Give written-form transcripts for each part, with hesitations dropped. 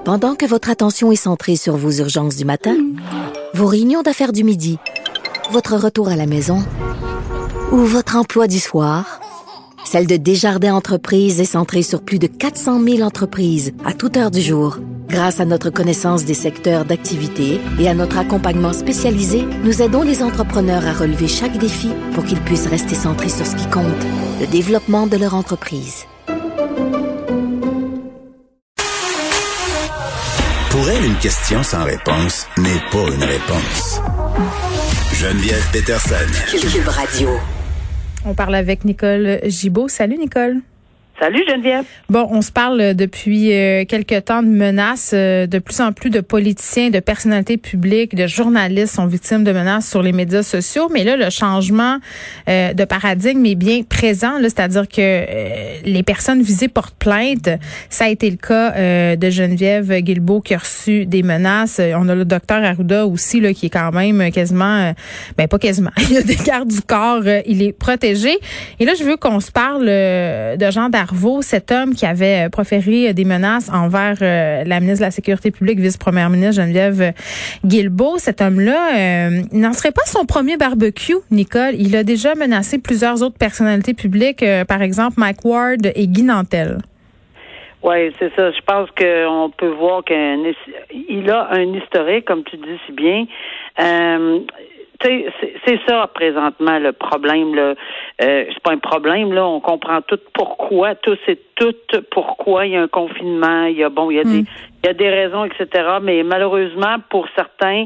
Pendant que votre attention est centrée sur vos urgences du matin, vos réunions d'affaires du midi, votre retour à la maison ou votre emploi du soir, celle de Desjardins Entreprises est centrée sur plus de 400 000 entreprises à toute heure du jour. Grâce à notre connaissance des secteurs d'activité et à notre accompagnement spécialisé, nous aidons les entrepreneurs à relever chaque défi pour qu'ils puissent rester centrés sur ce qui compte, le développement de leur entreprise. Pour elle, une question sans réponse n'est pas une réponse. Geneviève Peterson. Cube Radio. On parle avec Nicole Gibault. Salut, Nicole. Salut Geneviève. Bon, on se parle depuis quelque temps de menaces. De plus en plus de politiciens, de personnalités publiques, de journalistes sont victimes de menaces sur les médias sociaux. Mais là, le changement de paradigme est bien présent. Là, c'est-à-dire que les personnes visées portent plainte. Ça a été le cas de Geneviève Guilbeault qui a reçu des menaces. On a le docteur Arruda aussi là, qui est quand même quasiment, pas quasiment. Il a des gardes du corps, il est protégé. Et là, je veux qu'on se parle de Jean Darveau, cet homme qui avait proféré des menaces envers la ministre de la Sécurité publique, vice-première ministre Geneviève Guilbeault. Cet homme-là, il n'en serait pas son premier barbecue, Nicole. Il a déjà menacé plusieurs autres personnalités publiques, par exemple Mike Ward et Guy Nantel. Oui, c'est ça. Je pense qu'on peut voir qu'il a un historique, comme tu dis si bien. C'est ça présentement le problème là. C'est pas un problème là. On comprend tout pourquoi. C'est tout pourquoi il y a un confinement. Il y a des raisons, etc. Mais malheureusement pour certains,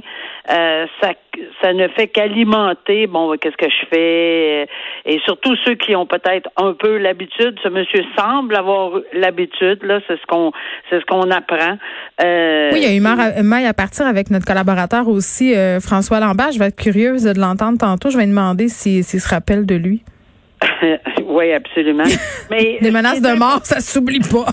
ça ne fait qu'alimenter. Bon, qu'est-ce que je fais? Et surtout ceux qui ont peut-être un peu l'habitude. Ce monsieur semble avoir l'habitude là. C'est ce qu'on apprend. Oui, il y a eu maille à partir avec notre collaborateur aussi, François Lambert. Je vais être curieuse de l'entendre tantôt. Je vais lui demander s'il se rappelle de lui. Oui, absolument. Mais des menaces de mort, ça s'oublie pas.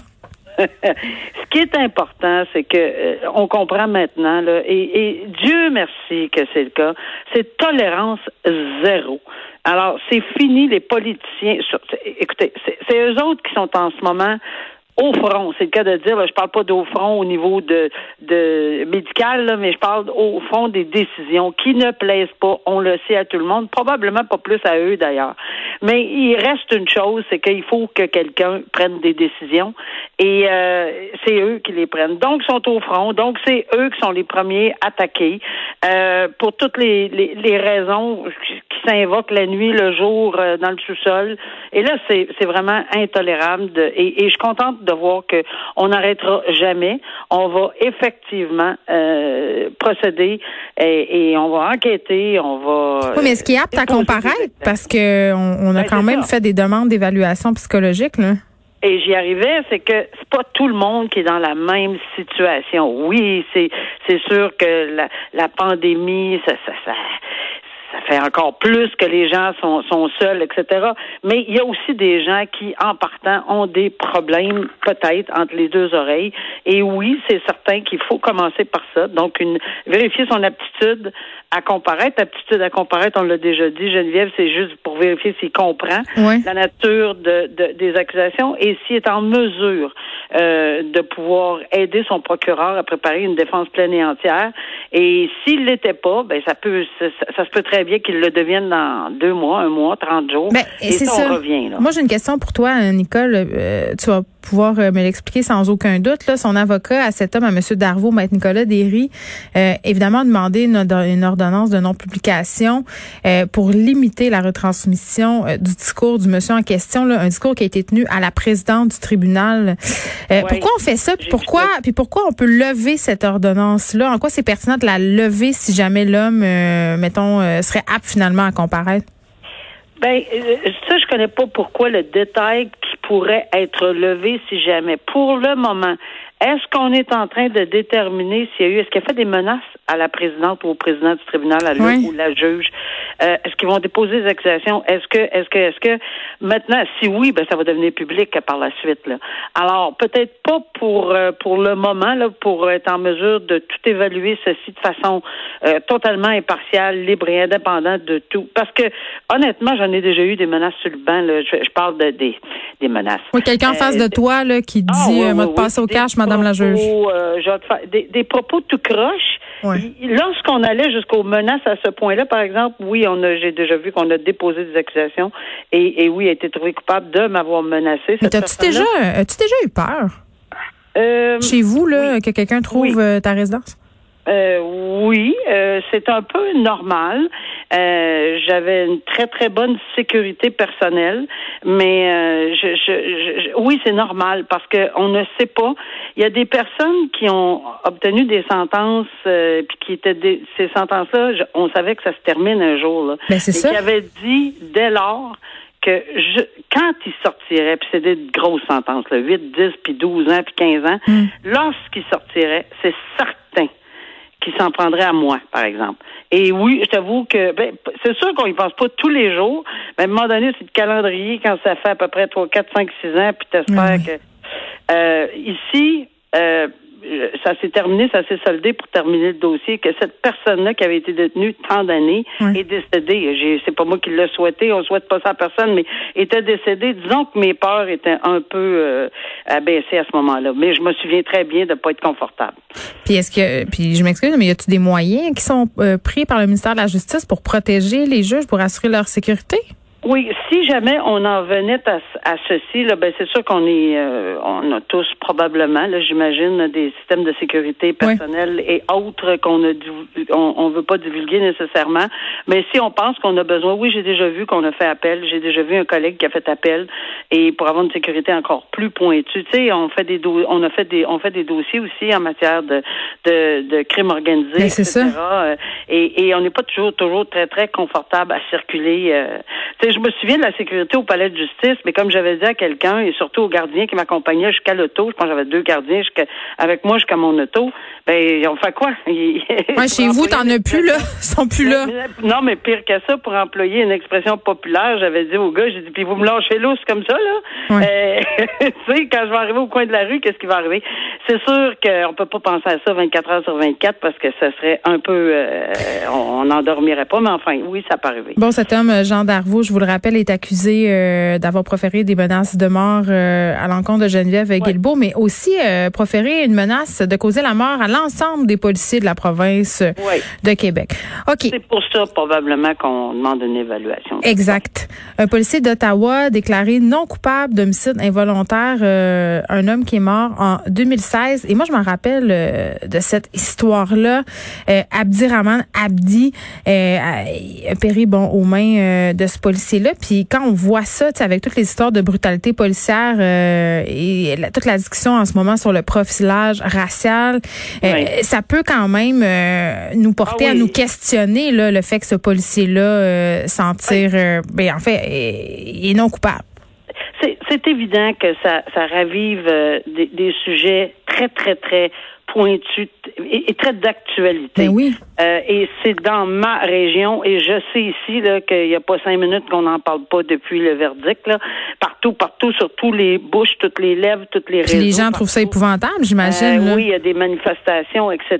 Ce qui est important, c'est que on comprend maintenant, là, et Dieu merci que c'est le cas, c'est tolérance zéro. Alors, c'est fini les politiciens. Écoutez, c'est eux autres qui sont en ce moment au front, c'est le cas de dire, là, je parle pas d'au front au niveau de médical, là, mais je parle au front des décisions qui ne plaisent pas, on le sait à tout le monde, probablement pas plus à eux d'ailleurs. Mais il reste une chose, c'est qu'il faut que quelqu'un prenne des décisions et c'est eux qui les prennent. Donc, ils sont au front, donc c'est eux qui sont les premiers attaqués pour toutes les raisons qui s'invoquent la nuit, le jour, dans le sous-sol. Et là, c'est vraiment intolérable et je suis contente de voir que on n'arrêtera jamais. On va effectivement procéder et on va enquêter, on va... Oui, mais est-ce qu'il est apte à comparaître? Parce que on a quand même fait des demandes d'évaluation psychologique, là. Et j'y arrivais, c'est que c'est pas tout le monde qui est dans la même situation. Oui, c'est sûr que la pandémie, ça fait encore plus que les gens sont seuls, etc. Mais il y a aussi des gens qui, en partant, ont des problèmes, peut-être, entre les deux oreilles. Et oui, c'est certain qu'il faut commencer par ça. Donc, vérifier son aptitude à comparaître. Aptitude à comparaître, on l'a déjà dit, Geneviève, c'est juste pour vérifier s'il comprend la nature des accusations et s'il est en mesure de pouvoir aider son procureur à préparer une défense pleine et entière. Et s'il l'était pas, ça se peut très bien qu'il le devienne dans 2 mois, 1 mois, 30 jours. Et ça, on revient. Là. Moi, j'ai une question pour toi, Nicole. Tu vas pouvoir me l'expliquer sans aucun doute. Là, son avocat à cet homme, à M. Darveau, Maître Nicolas Derry, évidemment, a demandé une ordonnance de non-publication pour limiter la retransmission du discours du monsieur en question. Là, un discours qui a été tenu à la présidente du tribunal. Pourquoi on fait ça? Puis pourquoi on peut lever cette ordonnance-là? En quoi c'est pertinent de la lever si jamais l'homme, serait apte finalement à comparaître? Ça, je connais pas pourquoi le détail qui pourrait être levé si jamais. Pour le moment, est-ce qu'on est en train de déterminer est-ce qu'il a fait des menaces à la présidente ou au président du tribunal, à lui ou la juge? Est-ce qu'ils vont déposer des accusations? Est-ce que maintenant, si oui, ça va devenir public par la suite, là. Alors, peut-être pas pour le moment, là, pour être en mesure de tout évaluer ceci de façon totalement impartiale, libre et indépendante de tout. Parce que, honnêtement, j'en ai déjà eu des menaces sur le banc, là. Je parle des menace. Oui, quelqu'un en face de toi là, qui te dit « m'a passé au cash, madame la juge ». Des propos tout croche. Ouais. Lorsqu'on allait jusqu'aux menaces à ce point-là, par exemple, oui, j'ai déjà vu qu'on a déposé des accusations et oui, a été trouvé coupable de m'avoir menacé. Mais as-tu déjà eu peur? Chez vous, là, oui. que quelqu'un trouve ta résidence? Oui, c'est un peu normal. J'avais une très très bonne sécurité personnelle, mais oui, c'est normal parce que on ne sait pas. Il y a des personnes qui ont obtenu des sentences, puis qui étaient ces sentences-là, on savait que ça se termine un jour là. Ben, c'est ça. Qui avaient dit dès lors que quand ils sortiraient, puis c'est des grosses sentences, là, 8, 10, puis 12 ans, puis 15 ans, lorsqu'ils sortiraient, c'est certain qui s'en prendrait à moi, par exemple. Et oui, je t'avoue que c'est sûr qu'on y pense pas tous les jours, mais à un moment donné, c'est le calendrier quand ça fait à peu près 3, 4, 5, 6 ans, puis t'espères que ici, ça s'est terminé, ça s'est soldé pour terminer le dossier, que cette personne-là qui avait été détenue tant d'années est décédée. C'est pas moi qui l'ai souhaité, on souhaite pas ça à personne, mais était décédée. Disons que mes peurs étaient un peu abaissées à ce moment-là. Mais je me souviens très bien de pas être confortable. Puis puis je m'excuse, mais y a-t-il des moyens qui sont pris par le ministère de la Justice pour protéger les juges, pour assurer leur sécurité? Oui, si jamais on en venait à ceci, là, c'est sûr qu'on on a tous probablement, là, j'imagine, des systèmes de sécurité personnelle et autres on veut pas divulguer nécessairement. Mais si on pense qu'on a besoin, oui, j'ai déjà vu qu'on a fait appel, j'ai déjà vu un collègue qui a fait appel et pour avoir une sécurité encore plus pointue, tu sais, on fait des dossiers aussi en matière de crimes organisés, etc. Ça. Et on n'est pas toujours très très confortable à circuler. Je me souviens de la sécurité au palais de justice, mais comme j'avais dit à quelqu'un, et surtout au gardien qui m'accompagnait jusqu'à l'auto, je pense que j'avais 2 gardiens avec moi jusqu'à mon auto, on fait quoi? Chez vous, t'en as plus, là? Ils sont plus là. Non, mais pire que ça, pour employer une expression populaire, j'avais dit au gars, j'ai dit, puis vous me lâchez l'eau, c'est comme ça, là? Tu sais, quand je vais arriver au coin de la rue, qu'est-ce qui va arriver? C'est sûr qu'on peut pas penser à ça 24 heures sur 24 parce que ça serait un peu, on n'endormirait pas, mais enfin, oui, ça peut arriver. Bon, cet homme, Jean Darvaux, je vous le rappelle, est accusé d'avoir proféré des menaces de mort à l'encontre de Geneviève Guilbeault, mais aussi proféré une menace de causer la mort à l'ensemble des policiers de la province de Québec. OK. C'est pour ça, probablement, qu'on demande une évaluation. Exact. Un policier d'Ottawa déclaré non coupable d'homicide involontaire, un homme qui est mort en 2016. Et moi, je me rappelle de cette histoire-là. Abdirahman Abdi a péri aux mains de ce policier-là. Puis quand on voit ça, avec toutes les histoires de brutalité policière et toute la discussion en ce moment sur le profilage racial, ça peut quand même nous porter à nous questionner là, le fait que ce policier-là s'en tire, en fait, est non coupable. C'est évident que ça ravive des sujets très, très, très pointus et très d'actualité. Ben oui. Et c'est dans ma région, et je sais ici là qu'il n'y a pas 5 minutes qu'on n'en parle pas depuis le verdict, là. Partout, sur tous les bouches, toutes les lèvres, toutes les réseaux. Les gens trouvent ça épouvantable, j'imagine. Oui, il y a des manifestations, etc.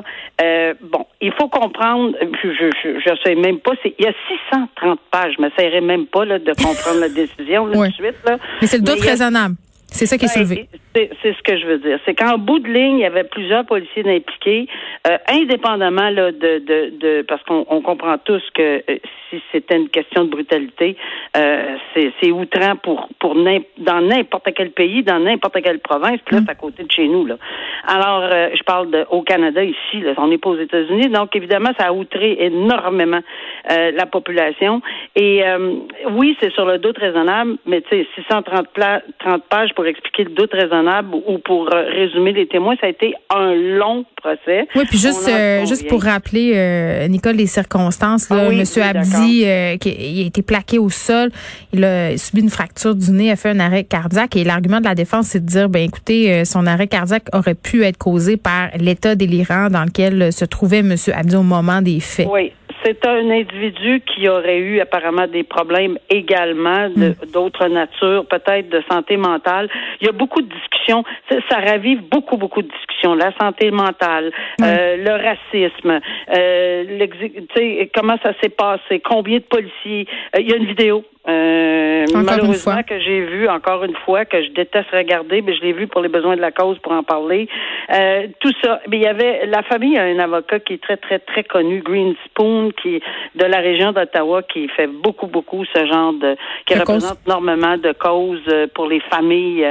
Il faut comprendre, je sais même pas, il y a 630 pages, je m'essayerai même pas là, de comprendre la décision là, tout de suite. Là. Mais c'est le doute raisonnable. C'est ça qui est soulevé. C'est ce que je veux dire. C'est qu'en bout de ligne, il y avait plusieurs policiers impliqués, indépendamment là de parce qu'on comprend tous que si c'était une question de brutalité, c'est outrant dans n'importe quel pays, dans n'importe quelle province, puis là, c'est à côté de chez nous, là. Alors, je parle au Canada ici, là, on n'est pas aux États-Unis, donc évidemment, ça a outré énormément la population. Et oui, c'est sur le doute raisonnable, mais tu sais, 630 pages pour expliquer le doute raisonnable ou pour résumer les témoins, ça a été un long procès. Oui, puis juste pour rappeler, Nicole, les circonstances, là, Monsieur Abdi, il a été plaqué au sol, il a subi une fracture du nez, a fait un arrêt cardiaque, et l'argument de la défense, c'est de dire, écoutez, son arrêt cardiaque aurait pu être causé par l'état délirant dans lequel se trouvait Monsieur Abdi au moment des faits. Oui. c'est un individu qui aurait eu apparemment des problèmes également d'autres natures, peut-être de santé mentale. Il y a beaucoup de discussions. Ça ravive beaucoup de discussions. La santé mentale, le racisme, comment ça s'est passé, combien de policiers. Il y a une vidéo. Malheureusement que j'ai vu encore une fois, que je déteste regarder, mais je l'ai vu pour les besoins de la cause pour en parler. Tout ça. Mais il y avait la famille a un avocat qui est très très très connu, Greenspoon, qui est de la région d'Ottawa, qui fait beaucoup ce genre de qui représente énormément de causes pour les familles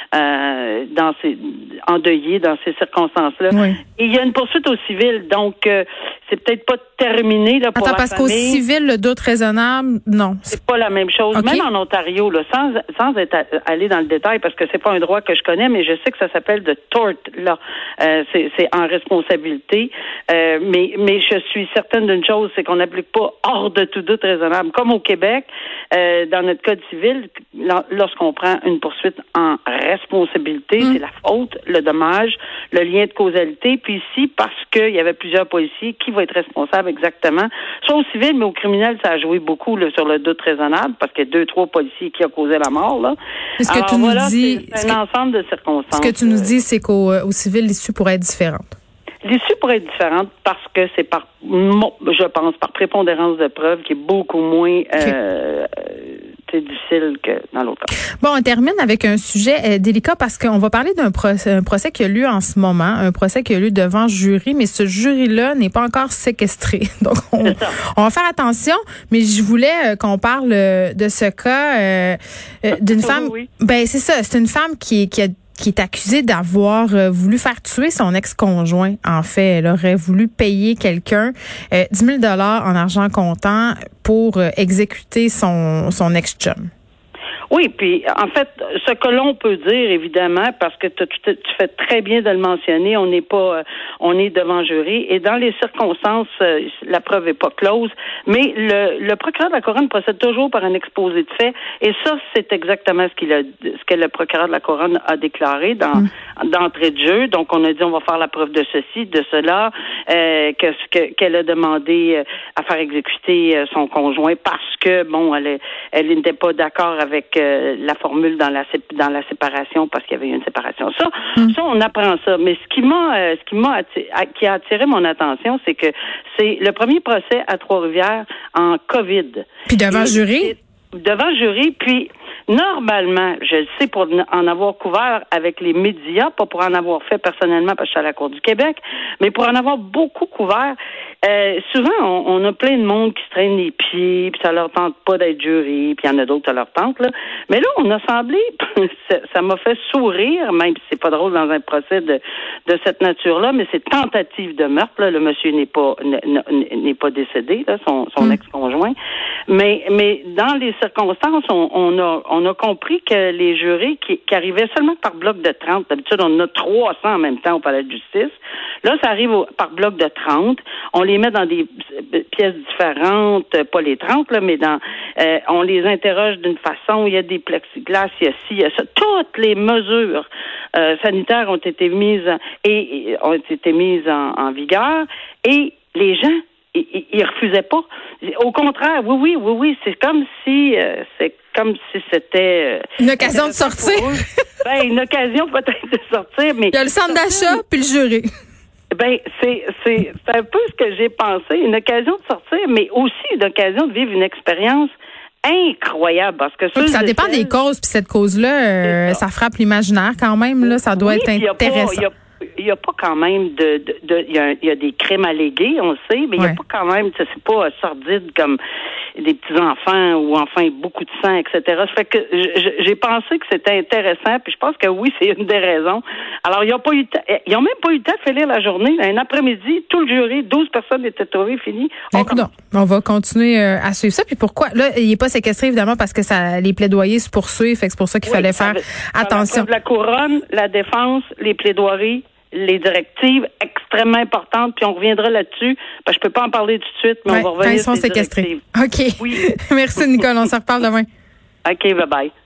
endeuillées dans ces circonstances-là. Oui. Et il y a une poursuite au civil, donc c'est peut-être pas terminé là pour la famille. Parce qu'au civil, le doute raisonnable, non. C'est pas la même chose. Okay. Même en Ontario, là, sans aller dans le détail, parce que c'est pas un droit que je connais, mais je sais que ça s'appelle de tort là. C'est en responsabilité. Mais je suis certaine d'une chose, c'est qu'on n'applique pas hors de tout doute raisonnable. Comme au Québec, dans notre code civil, lorsqu'on prend une poursuite en responsabilité, c'est la faute, le dommage, le lien de causalité. Puis ici, parce qu'il y avait plusieurs policiers, qui va être responsable exactement? Soit au civil, mais au criminel, ça a joué beaucoup là, sur le doute raisonnable, parce qu'il y a 2-3 policiers qui ont causé la mort. Là. Ce que tu nous dis, c'est un ensemble de circonstances. Ce que tu nous dis, c'est qu'au civil, l'issue pourrait être différente. L'issue pourrait être différente parce que c'est je pense, par prépondérance de preuves qui est beaucoup moins difficile que dans l'autre cas. Bon, on termine avec un sujet délicat parce qu'on va parler d'un procès qui a lieu en ce moment, un procès qui a lieu devant jury, mais ce jury-là n'est pas encore séquestré. Donc, on va faire attention, mais je voulais qu'on parle de ce cas d'une femme. Oui. Ben, c'est ça, c'est une femme qui est accusée d'avoir voulu faire tuer son ex-conjoint. En fait, elle aurait voulu payer quelqu'un 10 000 $ en argent comptant pour exécuter son ex-chum. Oui, puis en fait, ce que l'on peut dire, évidemment, parce que tu fais très bien de le mentionner, on est devant jury, et dans les circonstances, la preuve est pas close, mais le procureur de la Couronne procède toujours par un exposé de fait, et ça, c'est exactement ce que le procureur de la Couronne a déclaré d'entrée de jeu. Donc, on a dit, on va faire la preuve de ceci, de cela, qu'elle a demandé à faire exécuter son conjoint parce que, bon, elle n'était pas d'accord avec la formule dans la séparation parce qu'il y avait eu une séparation. Ça, on apprend ça. Mais qui a attiré mon attention, c'est que c'est le premier procès à Trois-Rivières en COVID. Puis devant jury? Devant jury, puis normalement, je le sais pour en avoir couvert avec les médias, pas pour en avoir fait personnellement parce que je suis à la Cour du Québec, mais pour en avoir beaucoup couvert, souvent on a plein de monde qui se traîne les pieds, puis ça leur tente pas d'être jury, puis il y en a d'autres ça leur tente, là. Mais là, on a semblé, ça m'a fait sourire, même si c'est pas drôle dans un procès de cette nature-là, mais c'est tentative de meurtre, là. Le monsieur n'est pas décédé, là, son ex-conjoint. Mais dans les circonstances, on a compris que les jurés qui arrivaient seulement par bloc de 30, d'habitude on en a 300 en même temps au palais de justice, là ça arrive par bloc de 30, on les met dans des pièces différentes, pas les 30, là, mais on les interroge d'une façon, il y a des plexiglas, il y a ci, il y a ça, toutes les mesures sanitaires ont été mises en vigueur, et les gens ils refusaient pas. Au contraire, oui, c'est comme si c'était une occasion de sortir. Une occasion peut-être de sortir, mais il y a le centre d'achat puis le jury. Ben c'est un peu ce que j'ai pensé, une occasion de sortir, mais aussi une occasion de vivre une expérience incroyable parce que ça dépend des causes, puis cette cause-là, ça frappe l'imaginaire quand même là, ça doit être intéressant. Il n'y a pas quand même il y a des crimes allégués, on le sait, mais il n'y a pas quand même, c'est pas sordide comme des petits-enfants ou enfin beaucoup de sang, etc. Ça fait que j'ai pensé que c'était intéressant, puis je pense que oui, c'est une des raisons. Alors, ils n'ont même pas eu le temps de finir la journée. Un après-midi, tout le jury, 12 personnes étaient trouvées, fini. On va continuer à suivre ça. Puis pourquoi? Là, il n'est pas séquestré, évidemment, parce que les plaidoyers se poursuivent, fait que c'est pour ça qu'il fallait faire attention. La couronne, la défense, les plaidoiries, les directives extrêmement importantes, puis on reviendra là-dessus, parce que je peux pas en parler tout de suite, mais on va revenir quand ils sont séquestrés. OK. Oui. Merci, Nicole. On se reparle demain. OK, bye-bye.